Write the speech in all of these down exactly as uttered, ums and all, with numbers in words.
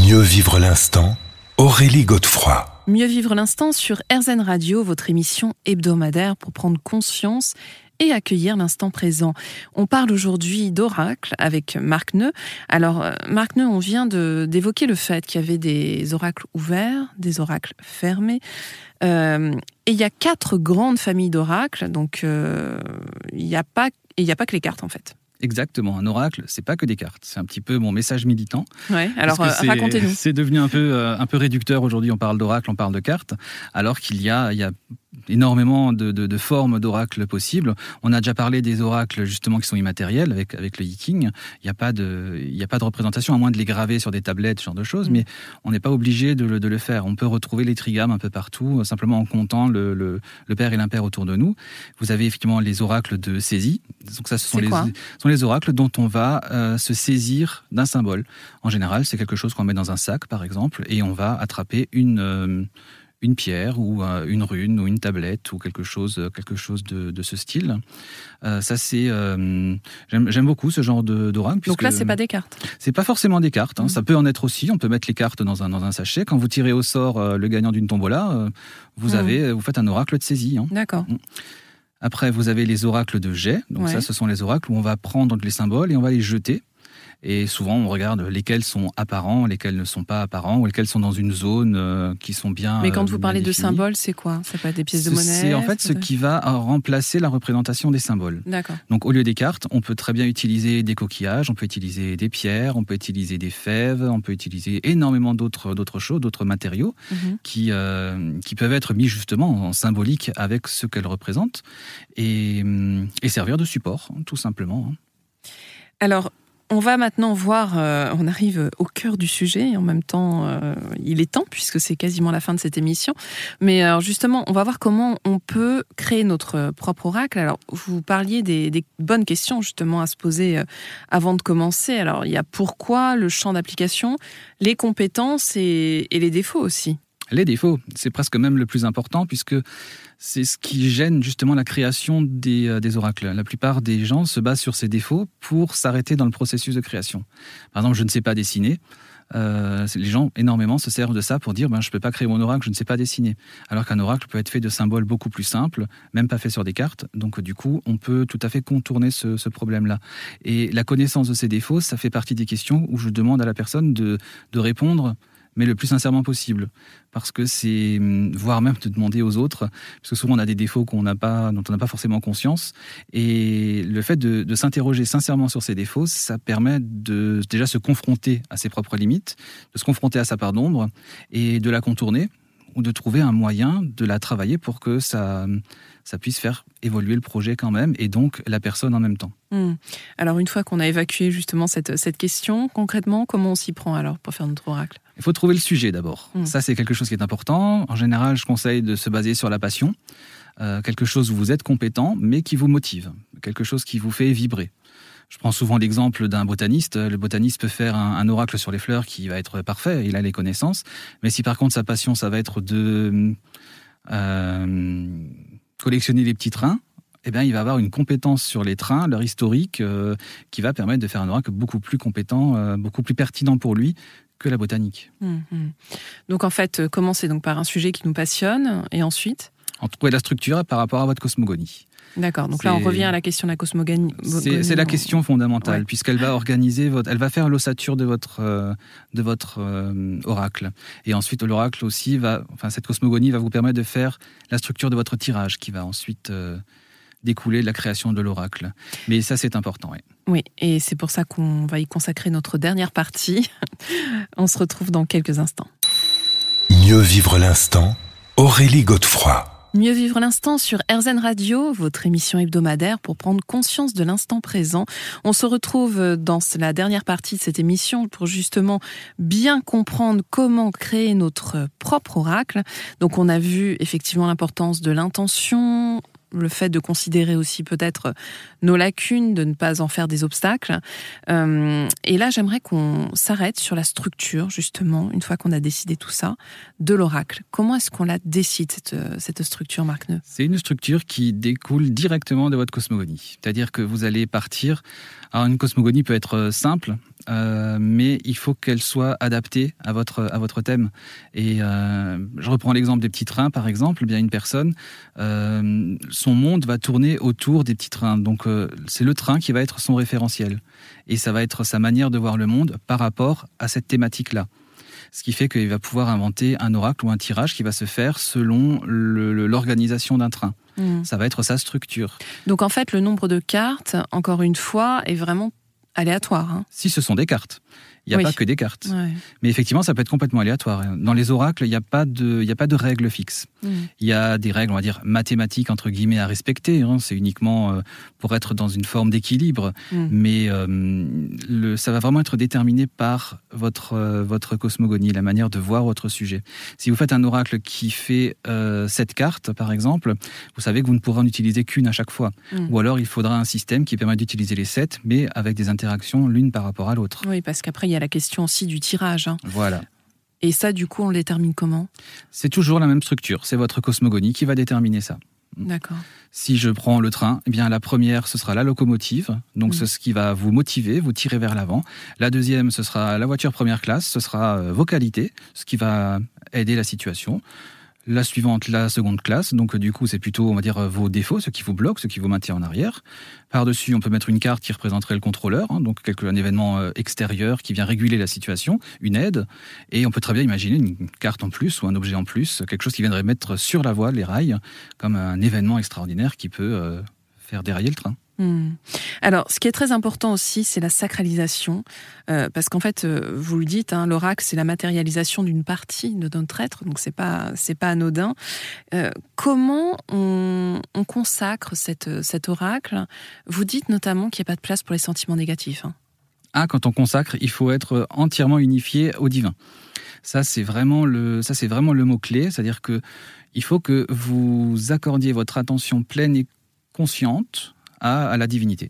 Mieux vivre l'instant, Aurélie Godefroy. Mieux vivre l'instant sur R Z N Radio, votre émission hebdomadaire pour prendre conscience et accueillir l'instant présent. On parle aujourd'hui d'oracles avec Marc Neu. Alors, Marc Neu, on vient de, d'évoquer le fait qu'il y avait des oracles ouverts, des oracles fermés. Euh, et il y a quatre grandes familles d'oracles, donc euh, il n'y a pas, il n'y a pas que les cartes en fait. Exactement, un oracle, c'est pas que des cartes. C'est un petit peu mon message militant. Ouais, alors euh, c'est, racontez-nous. C'est devenu un peu, euh, un peu réducteur aujourd'hui. On parle d'oracle, on parle de cartes, alors qu'il y a, il y a énormément de, de, de formes d'oracles possibles. On a déjà parlé des oracles justement qui sont immatériels avec, avec le Yiking. Il n'y a pas de, il n'y a pas de représentation, à moins de les graver sur des tablettes, ce genre de choses, mmh. mais on n'est pas obligé de le, de le faire. On peut retrouver les trigames un peu partout, simplement en comptant le, le, le père et l'impair autour de nous. Vous avez effectivement les oracles de saisie. Donc ça, ce sont, les, ce sont les oracles dont on va euh, se saisir d'un symbole. En général, c'est quelque chose qu'on met dans un sac, par exemple, et on va attraper une... Euh, une pierre ou euh, une rune ou une tablette ou quelque chose, quelque chose de, de ce style. Euh, ça c'est, euh, j'aime, j'aime beaucoup ce genre de, d'oracle. Donc là, c'est pas des cartes. C'est pas forcément des cartes. Hein. Mmh. Ça peut en être aussi. On peut mettre les cartes dans un dans un sachet. Quand vous tirez au sort euh, le gagnant d'une tombola, euh, vous mmh. avez, vous faites un oracle de saisie. Hein. D'accord. Mmh. Après, vous avez les oracles de jet. Donc ouais. ça, ce sont les oracles où on va prendre les symboles et on va les jeter. Et souvent, on regarde lesquels sont apparents, lesquels ne sont pas apparents, ou lesquels sont dans une zone euh, qui sont bien. Mais quand vous euh, parlez définis. de symboles, c'est quoi ? Ça peut être des pièces de monnaie ? C'est en fait ce qui va remplacer la représentation des symboles. D'accord. Donc, au lieu des cartes, on peut très bien utiliser des coquillages, on peut utiliser des pierres, on peut utiliser des fèves, on peut utiliser énormément d'autres, d'autres choses, d'autres matériaux mm-hmm. qui, euh, qui peuvent être mis justement en symbolique avec ce qu'elles représentent et, et servir de support, tout simplement. Alors, on va maintenant voir, euh, on arrive au cœur du sujet et en même temps, euh, il est temps puisque c'est quasiment la fin de cette émission. Mais alors justement, on va voir comment on peut créer notre propre oracle. Alors, vous parliez des, des bonnes questions justement à se poser euh, avant de commencer. Alors, il y a pourquoi, le champ d'application, les compétences et, et les défauts aussi. Les défauts, c'est presque même le plus important puisque c'est ce qui gêne justement la création des, euh, des oracles. La plupart des gens se basent sur ces défauts pour s'arrêter dans le processus de création. Par exemple, je ne sais pas dessiner. Euh, les gens énormément se servent de ça pour dire ben, je ne peux pas créer mon oracle, je ne sais pas dessiner. Alors qu'un oracle peut être fait de symboles beaucoup plus simples, même pas fait sur des cartes. Donc du coup, on peut tout à fait contourner ce, ce problème-là. Et la connaissance de ces défauts, ça fait partie des questions où je demande à la personne de, de répondre mais le plus sincèrement possible. Parce que c'est, voire même de demander aux autres, parce que souvent on a des défauts qu'on n'a pas, dont on n'a pas forcément conscience, et le fait de, de s'interroger sincèrement sur ces défauts, ça permet de déjà se confronter à ses propres limites, de se confronter à sa part d'ombre, et de la contourner, ou de trouver un moyen de la travailler pour que ça, ça puisse faire évoluer le projet quand même, et donc la personne en même temps. Mmh. Alors une fois qu'on a évacué justement cette, cette question, concrètement, comment on s'y prend alors pour faire notre oracle ? Il faut trouver le sujet d'abord. Mmh. Ça, c'est quelque chose qui est important. En général, je conseille de se baser sur la passion. Euh, quelque chose où vous êtes compétent, mais qui vous motive. Quelque chose qui vous fait vibrer. Je prends souvent l'exemple d'un botaniste. Le botaniste peut faire un, un oracle sur les fleurs qui va être parfait. Il a les connaissances. Mais si par contre, sa passion, ça va être de euh, collectionner les petits trains, eh bien, il va avoir une compétence sur les trains, leur historique, euh, qui va permettre de faire un oracle beaucoup plus compétent, euh, beaucoup plus pertinent pour lui que la botanique. Mmh. Donc en fait, commencez donc par un sujet qui nous passionne, et ensuite en trouver la structure par rapport à votre cosmogonie. D'accord, donc c'est... là on revient à la question de la cosmogonie. C'est, c'est la question fondamentale, ouais. puisqu'elle va organiser, votre, elle va faire l'ossature de votre, euh, de votre euh, oracle. Et ensuite l'oracle aussi, va, enfin cette cosmogonie va vous permettre de faire la structure de votre tirage, qui va ensuite euh, découler de la création de l'oracle. Mais ça c'est important, oui. Oui, et c'est pour ça qu'on va y consacrer notre dernière partie. On se retrouve dans quelques instants. Mieux vivre l'instant, Aurélie Godefroy. Mieux vivre l'instant sur R Z N Radio, votre émission hebdomadaire pour prendre conscience de l'instant présent. On se retrouve dans la dernière partie de cette émission pour justement bien comprendre comment créer notre propre oracle. Donc on a vu effectivement l'importance de l'intention, le fait de considérer aussi peut-être nos lacunes, de ne pas en faire des obstacles. Euh, et là, j'aimerais qu'on s'arrête sur la structure, justement, une fois qu'on a décidé tout ça, de l'oracle. Comment est-ce qu'on la décide, cette, cette structure, Marc Neu ? C'est une structure qui découle directement de votre cosmogonie. C'est-à-dire que vous allez partir... Alors, une cosmogonie peut être simple euh, mais il faut qu'elle soit adaptée à votre, à votre thème. Et euh, je reprends l'exemple des petits trains, par exemple. Eh bien, une personne, euh, son monde va tourner autour des petits trains. Donc, euh, c'est le train qui va être son référentiel. Et ça va être sa manière de voir le monde par rapport à cette thématique-là. Ce qui fait qu'il va pouvoir inventer un oracle ou un tirage qui va se faire selon le, le, l'organisation d'un train. Mmh. Ça va être sa structure. Donc en fait, le nombre de cartes, encore une fois, est vraiment aléatoire. Hein. Si ce sont des cartes. Il n'y a oui. pas que des cartes. Ouais. Mais effectivement, ça peut être complètement aléatoire. Dans les oracles, il n'y a pas de, il n'y a pas de règles fixes. Mmh. Il y a des règles, on va dire, mathématiques, entre guillemets, à respecter. Hein. C'est uniquement pour être dans une forme d'équilibre. Mmh. Mais euh, le, ça va vraiment être déterminé par votre, euh, votre cosmogonie, la manière de voir votre sujet. Si vous faites un oracle qui fait euh, sept cartes, par exemple, vous savez que vous ne pourrez en utiliser qu'une à chaque fois. Mmh. Ou alors, il faudra un système qui permet d'utiliser les sept, mais avec des interactions l'une par rapport à l'autre. Oui, parce qu'après, il y a la question aussi du tirage. Hein. Voilà. Et ça, du coup, on le détermine comment ? C'est toujours la même structure. C'est votre cosmogonie qui va déterminer ça. D'accord. Si je prends le train, eh bien la première, ce sera la locomotive. Donc, mmh. c'est ce qui va vous motiver, vous tirer vers l'avant. La deuxième, ce sera la voiture première classe. Ce sera vos qualités, ce qui va aider la situation. La suivante, la seconde classe. Donc, du coup, c'est plutôt, on va dire, vos défauts, ce qui vous bloque, ce qui vous maintient en arrière. Par-dessus, on peut mettre une carte qui représenterait le contrôleur, hein, donc quelque, un événement extérieur qui vient réguler la situation, une aide. Et on peut très bien imaginer une carte en plus ou un objet en plus, quelque chose qui viendrait mettre sur la voie, les rails, comme un événement extraordinaire qui peut euh, faire dérailler le train. Mmh. Alors, ce qui est très important aussi, c'est la sacralisation, euh, parce qu'en fait, euh, vous le dites, hein, l'oracle, c'est la matérialisation d'une partie de notre être, donc c'est pas, c'est pas anodin. Euh, comment on, on consacre cette, cet oracle ? Vous dites notamment qu'il n'y a pas de place pour les sentiments négatifs. Hein. Ah, quand on consacre, il faut être entièrement unifié au divin. Ça, c'est vraiment le, ça, c'est vraiment le mot-clé, c'est-à-dire que il faut que vous accordiez votre attention pleine et consciente À, à la divinité,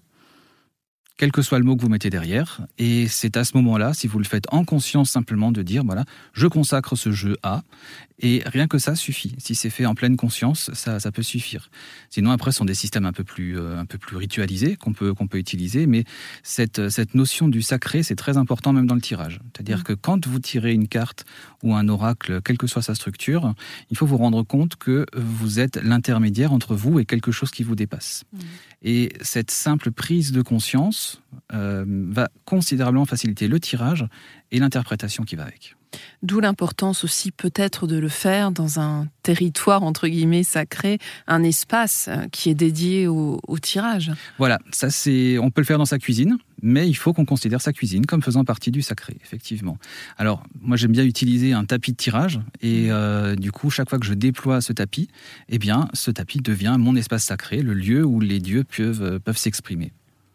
quel que soit le mot que vous mettez derrière. Et c'est à ce moment-là, si vous le faites en conscience simplement, de dire, voilà, je consacre ce jeu à, et rien que ça suffit. Si c'est fait en pleine conscience, ça, ça peut suffire. Sinon, après, ce sont des systèmes un peu plus, euh, un peu plus ritualisés qu'on peut, qu'on peut utiliser, mais cette, cette notion du sacré, c'est très important même dans le tirage. C'est-à-dire mmh. que quand vous tirez une carte ou un oracle, quelle que soit sa structure, il faut vous rendre compte que vous êtes l'intermédiaire entre vous et quelque chose qui vous dépasse. Mmh. Et cette simple prise de conscience euh, va considérablement faciliter le tirage et l'interprétation qui va avec. D'où l'importance aussi peut-être de le faire dans un territoire entre guillemets sacré, un espace qui est dédié au, au tirage. Voilà, ça c'est, on peut le faire dans sa cuisine, mais il faut qu'on considère sa cuisine comme faisant partie du sacré, effectivement. Alors, moi j'aime bien utiliser un tapis de tirage, et euh, du coup, chaque fois que je déploie ce tapis, eh bien, ce tapis devient mon espace sacré, le lieu où les dieux peuvent, peuvent s'exprimer.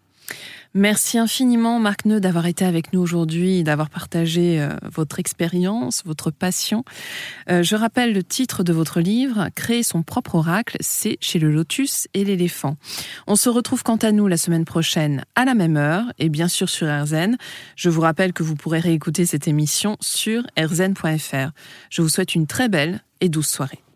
Merci infiniment, Marc Neu, d'avoir été avec nous aujourd'hui, d'avoir partagé euh, votre expérience, votre passion. Euh, je rappelle le titre de votre livre, « Créer son propre oracle », c'est chez le Lotus et l'éléphant. On se retrouve quant à nous la semaine prochaine à la même heure et bien sûr sur AirZen. Je vous rappelle que vous pourrez réécouter cette émission sur airzen point f r. Je vous souhaite une très belle et douce soirée.